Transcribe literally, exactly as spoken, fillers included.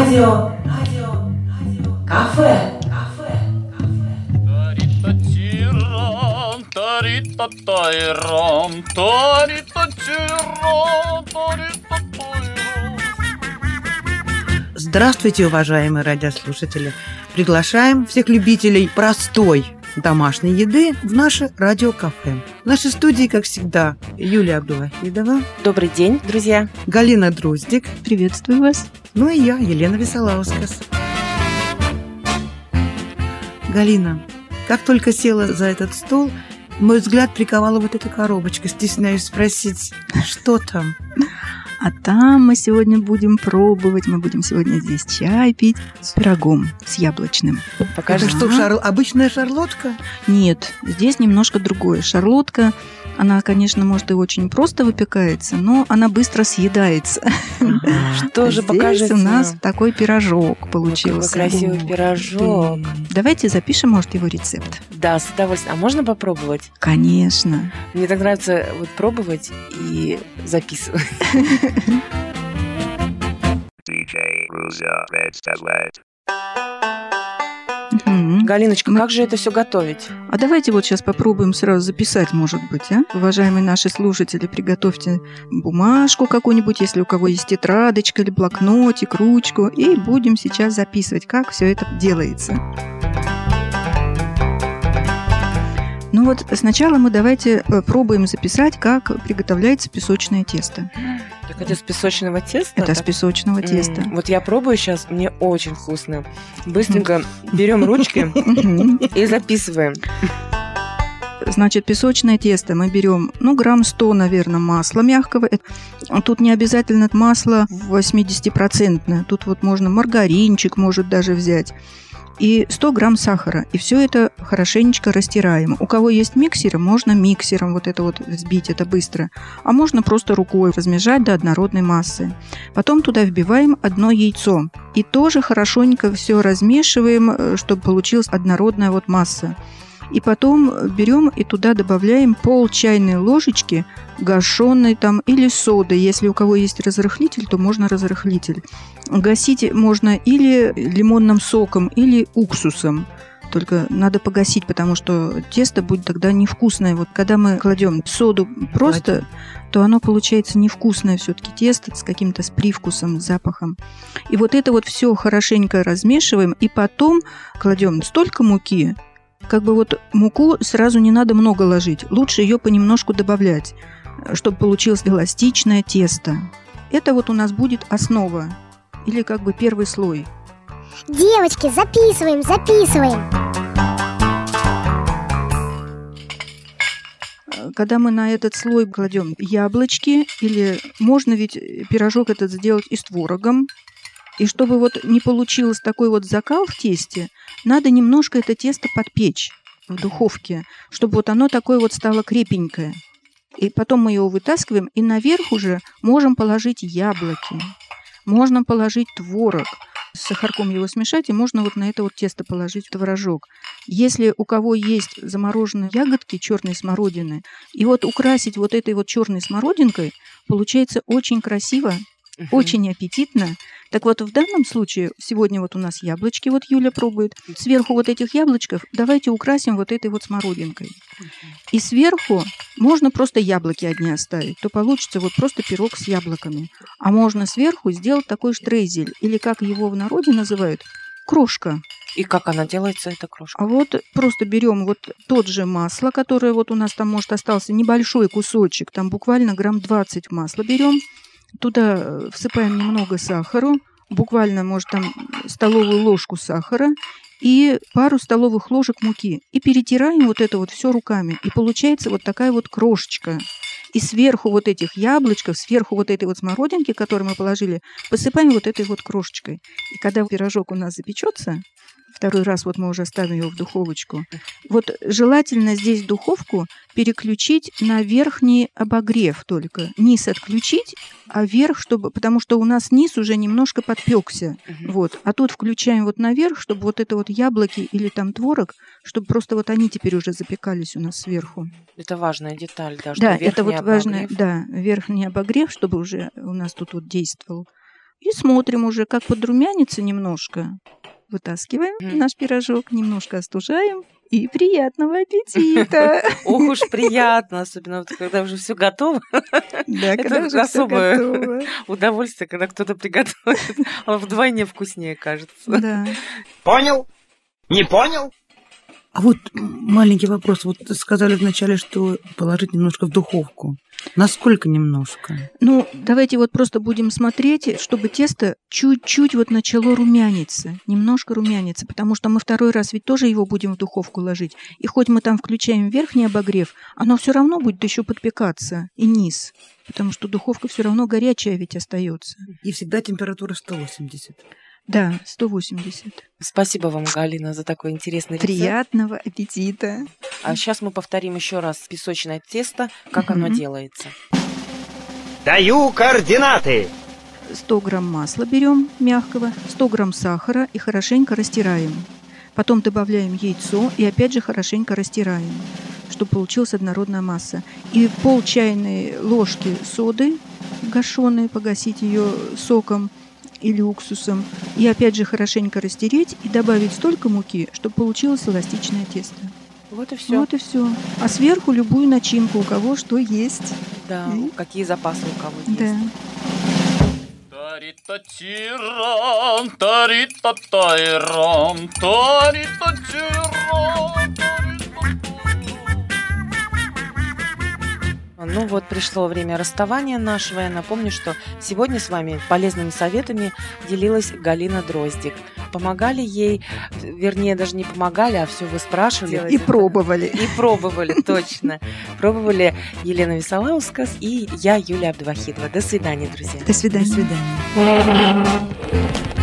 Радио, радио, радио, кафе, кафе, Здравствуйте, уважаемые радиослушатели! Приглашаем всех любителей простой домашней еды в наше радиокафе. В нашей студии, как всегда, Юлия Абдулахидова. Добрый день, друзья. Галина Друздик. Приветствую вас. Ну и я, Елена Висолаускас. Галина, как только села за этот стол, мой взгляд приковала вот эта коробочка. Стесняюсь спросить, что там? А там мы сегодня будем пробовать, мы будем сегодня здесь чай пить с пирогом, с яблочным. Покажи. Это что, шар... обычная шарлотка? Нет, здесь немножко другое. Шарлотка, она, конечно, может и очень просто выпекается, но она быстро съедается. Что же покажется? Здесь у нас такой пирожок получился. Какой красивый пирожок. Давайте запишем, может, его рецепт. Да, с удовольствием. А можно попробовать? Конечно. Мне так нравится вот пробовать и записывать. Угу. Галиночка, как же это все готовить? А давайте вот сейчас попробуем сразу записать, может быть, а? Уважаемые наши слушатели, приготовьте бумажку какую-нибудь, если у кого есть тетрадочка или блокнотик, ручку, и будем сейчас записывать, как все это делается. Ну вот сначала мы давайте пробуем записать, как приготовляется песочное тесто. Так это с песочного теста? Это так? с песочного теста. Mm. Вот я пробую сейчас, мне очень вкусно. Быстренько берем ручки и записываем. Значит, песочное тесто мы берем, ну, грамм сто, наверное, масла мягкого. Тут не обязательно масло восьмидесятипроцентное. Тут вот можно маргаринчик, может даже взять. И сто грамм сахара. И все это хорошенечко растираем. У кого есть миксер, можно миксером вот это вот взбить, это быстро. А можно просто рукой размешать до однородной массы. Потом туда вбиваем одно яйцо. И тоже хорошенько все размешиваем, чтобы получилась однородная вот масса. И потом берем и туда добавляем пол чайной ложечки гашеной там или соды. Если у кого есть разрыхлитель, то можно разрыхлитель. Гасить можно или лимонным соком, или уксусом. Только надо погасить, потому что тесто будет тогда невкусное. Вот когда мы кладем соду просто, то оно получается невкусное все-таки тесто с каким-то с привкусом, с запахом. И вот это вот все хорошенько размешиваем, и потом кладем столько муки. Как бы вот муку сразу не надо много ложить. Лучше ее понемножку добавлять, чтобы получилось эластичное тесто. Это вот у нас будет основа. Или как бы первый слой. Девочки, записываем, записываем. Когда мы на этот слой кладем яблочки, или можно ведь пирожок этот сделать и с творогом. И чтобы вот не получилось такой вот закал в тесте, надо немножко это тесто подпечь в духовке, чтобы вот оно такое вот стало крепенькое. И потом мы его вытаскиваем, и наверх уже можем положить яблоки, можно положить творог, с сахарком его смешать, и можно вот на это вот тесто положить творожок. Если у кого есть замороженные ягодки черной смородины, и вот украсить вот этой вот черной смородинкой, получается очень красиво, uh-huh. очень аппетитно. Так вот, в данном случае, сегодня вот у нас яблочки, вот Юля пробует. Сверху вот этих яблочков давайте украсим вот этой вот смородинкой. И сверху можно просто яблоки одни оставить, то получится вот просто пирог с яблоками. А можно сверху сделать такой штрейзель, или как его в народе называют, крошка. И как она делается, эта крошка? А вот просто берем вот тот же масло, которое вот у нас там, может, остался небольшой кусочек, там буквально грамм двадцать масла берем. Туда всыпаем немного сахару, буквально, может, там столовую ложку сахара и пару столовых ложек муки. И перетираем вот это вот все руками. И получается вот такая вот крошечка. И сверху вот этих яблочков, сверху вот этой вот смородинки, которую мы положили, посыпаем вот этой вот крошечкой. И когда пирожок у нас запечется, второй раз вот мы уже ставим его в духовочку, вот желательно здесь духовку переключить на верхний обогрев только. Низ отключить, а верх, чтобы, потому что у нас низ уже немножко подпекся. Uh-huh. Вот. А тут включаем вот наверх, чтобы вот это вот яблоки или там творог, чтобы просто вот они теперь уже запекались у нас сверху. Это важная деталь, да, что да, верхний это вот обогрев. важно, да, верхний обогрев, чтобы уже у нас тут вот действовал. И смотрим уже, как подрумянится немножко. Вытаскиваем Мгм. наш пирожок, немножко остужаем. И приятного аппетита! Ох уж приятно, особенно вот когда уже все готово. Да, Это когда уже всё особое. готово. Удовольствие, когда кто-то приготовит. Оно вдвойне вкуснее кажется. Да. Понял? Не понял? А вот маленький вопрос. Вот сказали вначале, что положить немножко в духовку. Насколько немножко? Ну, давайте вот просто будем смотреть, чтобы тесто чуть-чуть вот начало румяниться, немножко румяниться, потому что мы второй раз ведь тоже его будем в духовку ложить. И хоть мы там включаем верхний обогрев, оно все равно будет еще подпекаться, и низ, потому что духовка все равно горячая ведь остается. И всегда температура сто восемьдесят. Да, сто восемьдесят. Спасибо вам, Галина, за такой интересный рецепт. Приятного аппетита! А сейчас мы повторим еще раз песочное тесто, как оно Мгм. делается. Даю координаты. сто грамм масла берем мягкого, сто грамм сахара и хорошенько растираем. Потом добавляем яйцо и опять же хорошенько растираем, чтобы получилась однородная масса. И пол чайной ложки соды гашеной, погасить ее соком или уксусом. И опять же хорошенько растереть и добавить столько муки, чтобы получилось эластичное тесто. Вот и все. Вот и все. А сверху любую начинку, у кого что есть. Да, И- какие запасы у кого есть. Да. Тари-та-тирам, тари-та-тайрам, тари-та-тирам, тари-та-тайрам. Ну вот, пришло время расставания нашего. Я напомню, что сегодня с вами полезными советами делилась Галина Дроздик. Помогали ей, вернее, даже не помогали, а все вы спрашивали. И пробовали. И пробовали, точно. Пробовали Елена Висолаускас и я, Юлия Абдувахидова. До свидания, друзья. До свидания. До свидания.